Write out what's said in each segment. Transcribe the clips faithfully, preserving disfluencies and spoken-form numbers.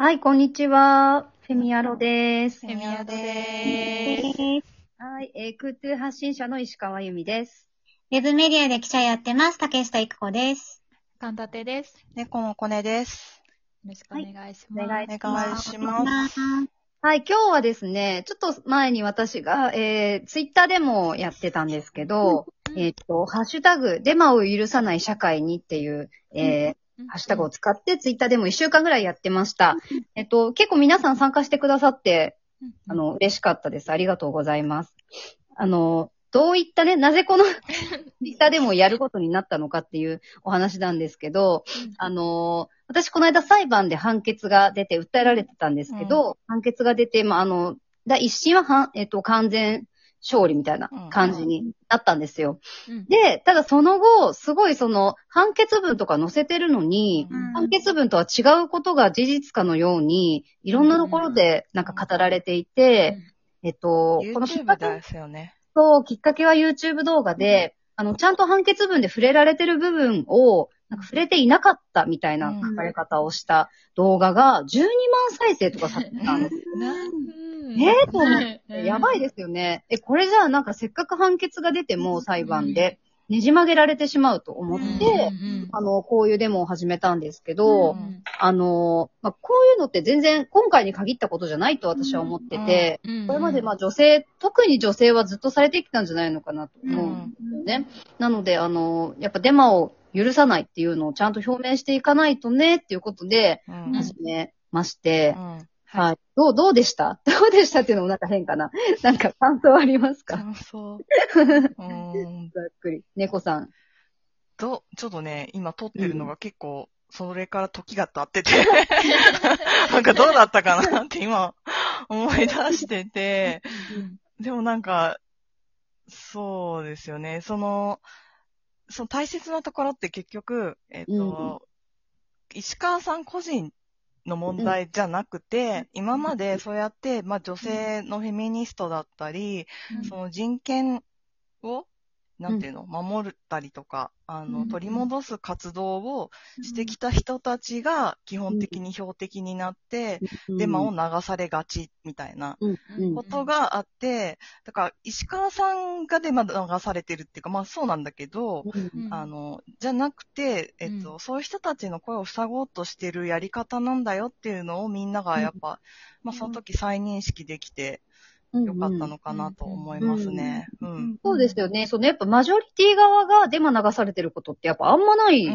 はい、こんにちは。フェミアロです。 フェミアドでーす。 はい、えー、空中発信者の石川由美です。 ウェブメディアで記者やってます。竹下育子です。 神立てです。 猫のコネです。 よろしくお願いします。 はい、お願いしお願いします。 はい、今日はですね、ちょっと前に私が、えー、ツイッターでもやってたんですけど、うん、えっと、ハッシュタグ、デマを許さない社会にっていう、えー、うん、ハッシュタグを使ってツイッターでもいっしゅうかんぐらいやってました。うん、えっと、結構皆さん参加してくださって、あの、嬉しかったです。ありがとうございます。あの、どういったね、なぜこのツイッターでもやることになったのかっていうお話なんですけど、あの、私この間裁判で判決が出て訴えられてたんですけど、うん、判決が出て、まあ、あの、第一審ははん、えっと、完全勝利みたいな感じになったんですよ。うん、で、ただその後、すごいその判決文とか載せてるのに、うん、判決文とは違うことが事実かのように、いろんなところでなんか語られていて、うん、えっと、 このきっかけですよね。 そう、きっかけは YouTube 動画で、あの、ちゃんと判決文で触れられてる部分を、なんか触れていなかったみたいな書かれ方をした動画がじゅうにまん再生とかされてたんですよ。えーと思って、やばいですよね。え、これじゃあなんかせっかく判決が出ても裁判でねじ曲げられてしまうと思って、あの、こういうデモを始めたんですけど、あの、まあ、こういうのって全然今回に限ったことじゃないと私は思ってて、これまでまあ女性、特に女性はずっとされてきたんじゃないのかなと思うんですよね。なので、あの、やっぱデマを許さないっていうのをちゃんと表明していかないとねっていうことで始めまして、うんうんはい、はい。どう、どうでしたどうでしたっていうのもなんか変かな。なんか感想ありますか？ 感想。うーんざっくり。猫さん。 ど、ちょっとね、今撮ってるのが結構、それから時が経ってて、なんかどうだったかなって今思い出してて、でもなんか、そうですよね。その、その大切なところって結局、えっと、うん、石川さん個人の問題じゃなくて、うん、今までそうやって、まあ女性のフェミニストだったり、うん、その人権を、なんていうの、守ったりとか、あの、取り戻す活動をしてきた人たちが基本的に標的になって、デマを流されがちみたいなことがあって、だから石川さんがデマ流されてるっていうか、まあそうなんだけど、あの、じゃなくて、えっと、そういう人たちの声を塞ごうとしてるやり方なんだよっていうのをみんながやっぱ、まあその時再認識できて、よかったのかなと思いますね。うん。 そうですよね。そのやっぱマジョリティ側がデマ流されてることってやっぱあんまない。 うん。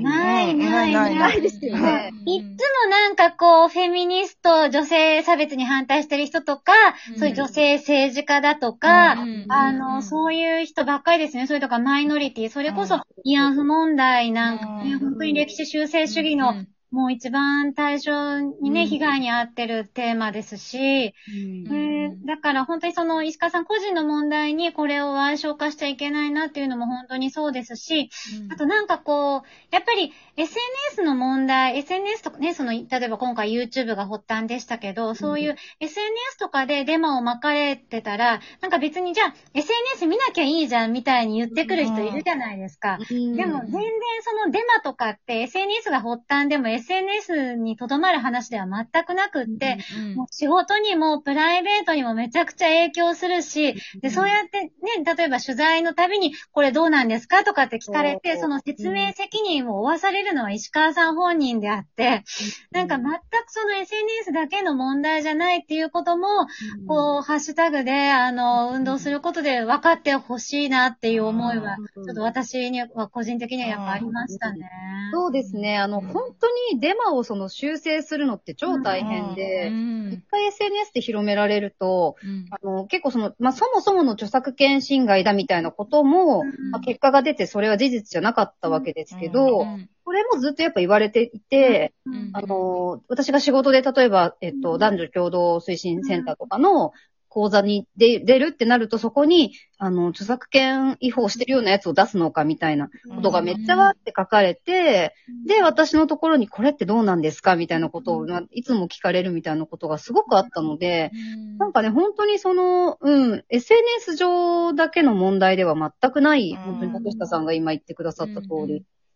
ない、ない、 ない、ないですよね。 いつもなんかこう、フェミニスト、女性差別に反対してる人とか、うん、そういう女性政治家だとか、うん、あの、うん、そういう人ばっかりですね。それとかマイノリティ、それこそ慰安婦問題なんかね、本当に歴史修正主義の、もう一番対象にね、うん、被害に遭ってるテーマですし、うんえー、だから本当にその石川さん個人の問題にこれを矮小化しちゃいけないなっていうのも本当にそうですし、うん、あとなんかこう、やっぱり エスエヌエス の問題、エスエヌエス とかね、その、例えば今回 YouTube が発端でしたけど、そういう エスエヌエス とかでデマを巻かれてたら、なんか別にじゃあ エスエヌエス 見なきゃいいじゃんみたいに言ってくる人いるじゃないですか。うん、でも全然そのデマとかって エスエヌエス が発端でも エスエヌエス にとどまる話では全くなくって、うんうん、もう仕事にもプライベートにもめちゃくちゃ影響するし、で、そうやってね、例えば取材のたびにこれどうなんですかとかって聞かれて、その説明責任を負わされるのは石川さん本人であって、なんか全くその エスエヌエス だけの問題じゃないっていうことも、こう、ハッシュタグで、あの、運動することで分かってほしいなっていう思いは、ちょっと私には個人的にはやっぱありましたね。 そうですね。あの、本当にデマをその修正するのって超大変で、うん、一回 エスエヌエス で広められると、うん、あの、結構その、まあ、そもそもの著作権侵害だみたいなことも、うんまあ、結果が出てそれは事実じゃなかったわけですけど、うんこれもずっとやっぱ言われていて、あの、私が仕事で例えば、えっと、男女共同推進センターとかの講座に出るってなると、そこに、あの、著作権違法してるようなやつを出すのかみたいなことがめっちゃわーって書かれて、で、私のところにこれってどうなんですかみたいなことを、いつも聞かれるみたいなことがすごくあったので、なんかね、本当にその、うん、エスエヌエス 上だけの問題では全くない、本当に竹下さんが今言ってくださった通り、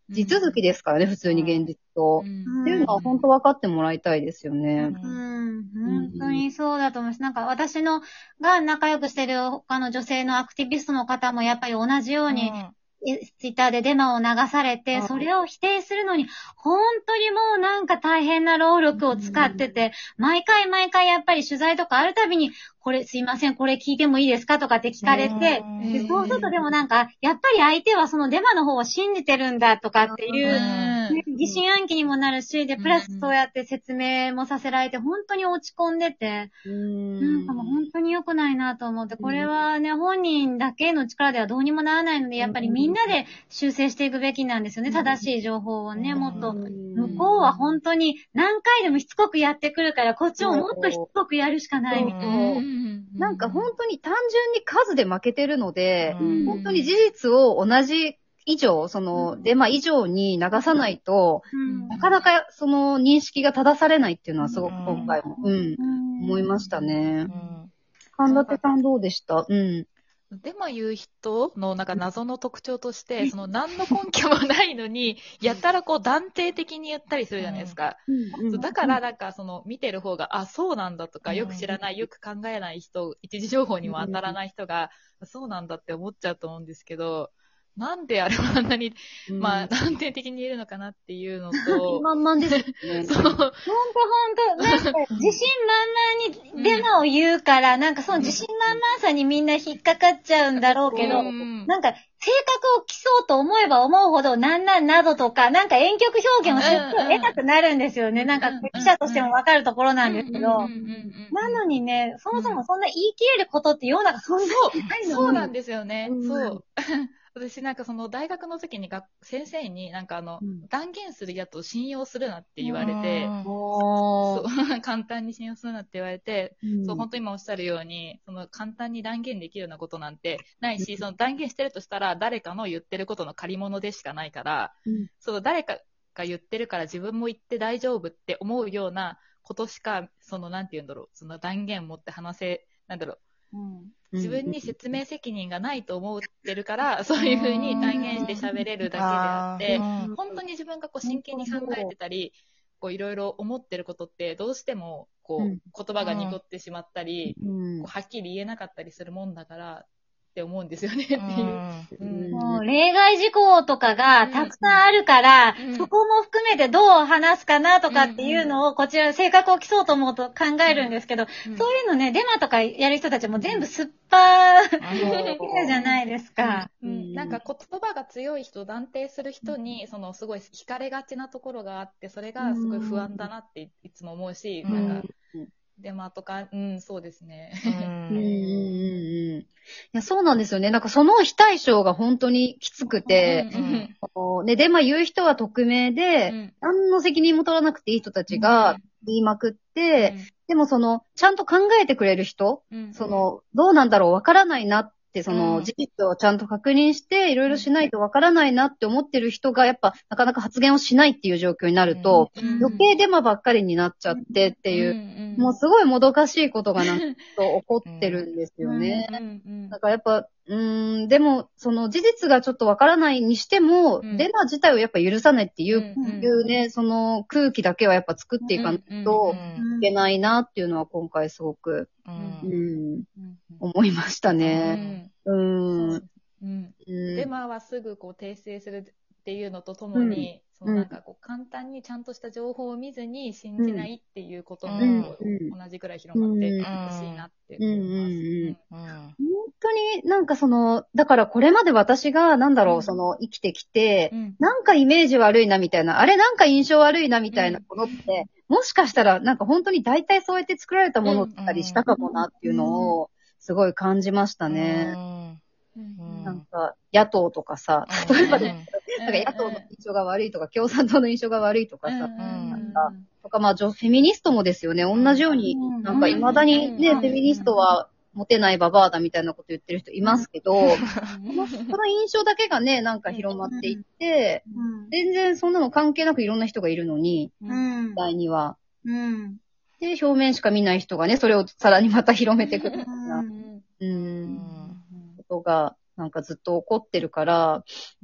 地続きですからね、普通に現実と。っていうのは本当分かってもらいたいですよね。 うん、本当にそうだと思います。なんか私のが仲良くしてる他の女性のアクティビストの方もやっぱり同じように、ツイッターでデマを流されて、それを否定するのに、本当にもうなんか大変な労力を使ってて、毎回毎回やっぱり取材とかあるたびに、これすいません、これ聞いてもいいですかとかって聞かれて、でそうするとでもなんか、やっぱり相手はそのデマの方を信じてるんだとかっていう、ね、疑心暗鬼にもなるし、で、プラスそうやって説明もさせられて、本当に落ち込んでて、なんかもう本当に良くないなと思って、これはね、本人だけの力ではどうにもならないので、やっぱりみんなで修正していくべきなんですよね、正しい情報をね、もっと。向こうは本当に何回でもしつこくやってくるから、こっちももっとしつこくやるしかないみたいな。 なんか本当に単純に数で負けてるので、本当に事実を同じ以上、その、デマ以上に流さないと、なかなかその認識が正されないっていうのはすごく今回も、うん、思いましたね。神立さんどうでした？うん。 デマ言う人のなんか謎の特徴として、その何の根拠もないのに、やたらこう断定的に言ったりするじゃないですか。うんうん、だからなんかその見てる方が、あ、そうなんだとか、よく知らない、よく考えない人、一時情報にも当たらない人が、そうなんだって思っちゃうと思うんですけど、なんであれはあんなに、うん、まあ、断定的に言えるのかなっていうのと。 満々ですね。 そう。ほんとほんと、なんか、自信満々にデマを言うから、うん、なんかその自信満々さにみんな引っかかっちゃうんだろうけど、うん、なんか、性格を競そうと思えば思うほど、なんなんなどとか、なんか遠曲表現をすると得なくなるんですよね。うん、なんか、記者としてもわかるところなんですけど。なのにね、そもそもそんな言い切れることって世の中そんなにないのに。そうなんですよね。うん、そう。私なんかその大学の時にが先生になんかあの、うん、断言するやつを信用するなって言われて、そう簡単に信用するなって言われて、うん、そう本当に今おっしゃるように、その簡単に断言できるようなことなんてないし、うん、その断言してるとしたら誰かの言ってることの借り物でしかないから、うん、その誰かが言ってるから自分も言って大丈夫って思うようなことしか、そのなんて言うんだろう、その断言を持って話せ、なんだろう、うん自分に説明責任がないと思ってるから、そういうふうに断言して喋れるだけであって、本当に自分がこう真剣に考えてたり、こういろいろ思ってることってどうしてもこう言葉が濁ってしまったり、こうはっきり言えなかったりするもんだからって思うんですよねっていう。 うん、もう例外事項とかがたくさんあるから、うん、そこも含めてどう話すかなとかっていうのをこちら性格を競そうと思うと考えるんですけど、うん、そういうのね、デマとかやる人たちも全部すっぱーじゃないですか。 うん、なんか言葉が強い人、断定する人に、そのすごい惹かれがちなところがあって、それがすごい不安だなっていつも思うし、うん、なんか、デマとか、うん、そうですね。 うんうんうん、いやそうなんですよね。なんかその非対称が本当にきつくて、うんうん、で、デマ言う人は匿名で、うん、何の責任も取らなくていい人たちが言いまくって、うん、でもその、ちゃんと考えてくれる人、うん、その、どうなんだろう、わからないなって、その、事実をちゃんと確認して、いろいろしないとわからないなって思ってる人が、やっぱ、なかなか発言をしないっていう状況になると、うん、余計デマばっかりになっちゃってっていう、うん、もうすごいもどかしいことがなんか起こってるんですよね。だからやっぱ、うーん、でも、その事実がちょっとわからないにしても、うん、デマ自体をやっぱ許さないっていう、うんうん、いうね、その空気だけはやっぱ作っていかないといけないなっていうのは今回すごく、うんうん、思いましたね。うん。うんうん、デマはすぐこう訂正するっていうのとともに、うん、そのなんかこう簡単にちゃんとした情報を見ずに信じないっていうことも同じくらい広まってほしいなって思います。 本当になんかその、だからこれまで私がなんだろう、うん、その生きてきて、うん、なんかイメージ悪いなみたいな、あれなんか印象悪いなみたいなものって、うん、もしかしたらなんか本当に大体そうやって作られたものだったりしたかもなっていうのをすごい感じましたね。なんか野党とかさ、例えばね、なんか野党の印象が悪いとか、共産党の印象が悪いとかさ、なんか、とかまあ、フェミニストもですよね、同じように、なんか未だにね、フェミニストはモテないババアだみたいなこと言ってる人いますけど、この、この印象だけがね、なんか広まっていって、全然そんなの関係なくいろんな人がいるのに、時代には。で、表面しか見ない人がね、それをさらにまた広めてくるような、うん、ことが、なんかずっと起こってるから、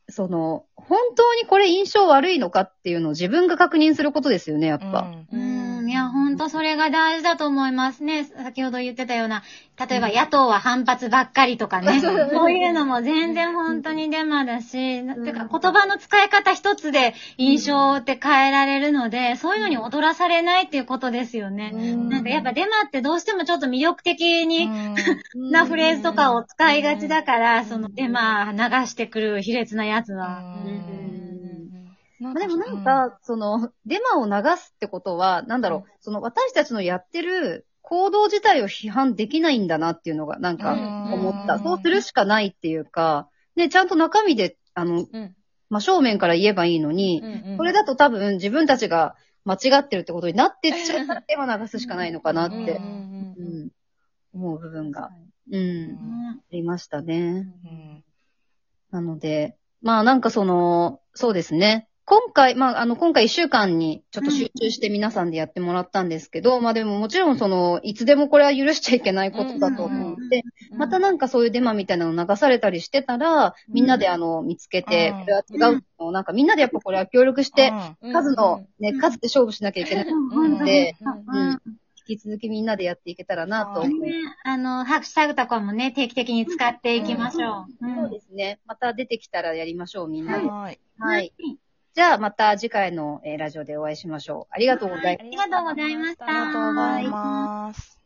その、本当にこれ印象悪いのかっていうのを自分が確認することですよね、やっぱ。 うん、うん、いや、ほんとそれが大事だと思いますね。先ほど言ってたような、例えば野党は反発ばっかりとかね。そういうのも全然本当にデマだし、うん、てか言葉の使い方一つで印象って変えられるので、そういうのに踊らされないっていうことですよね。うん、なんかやっぱデマってどうしてもちょっと魅力的に、うん、なフレーズとかを使いがちだから、そのデマ流してくる卑劣なやつは。 まあ、でもなんか、うん、その、デマを流すってことは、なんだろう、うん、その私たちのやってる行動自体を批判できないんだなっていうのが、なんか思った。そうするしかないっていうか、ね、ちゃんと中身で、あの、うん、まあ、正面から言えばいいのに、うんうん、これだと多分自分たちが間違ってるってことになってっちゃってデマ流すしかないのかなって、うん思う部分が、うん、ありましたね。うん、なので、まあなんかその、そうですね。今回、まあ、あの、今回一週間にちょっと集中して皆さんでやってもらったんですけど、うん、まあでももちろんその、いつでもこれは許しちゃいけないことだと思って、またなんかそういうデマみたいなの流されたりしてたら、みんなであの、見つけて、これは違うのを、なんかみんなでやっぱこれは協力して、数の、ね、数で勝負しなきゃいけないので、うん引き続きみんなでやっていけたらなと思います。 あの、ハッシュタグとかもね、定期的に使っていきましょう。 うんうん、そうですね。また出てきたらやりましょう、みんなで。はい。はい。じゃあ、また次回の、えー、ラジオでお会いしましょう。ありがとうございました。 ありがとうございました。 ありがとうございます。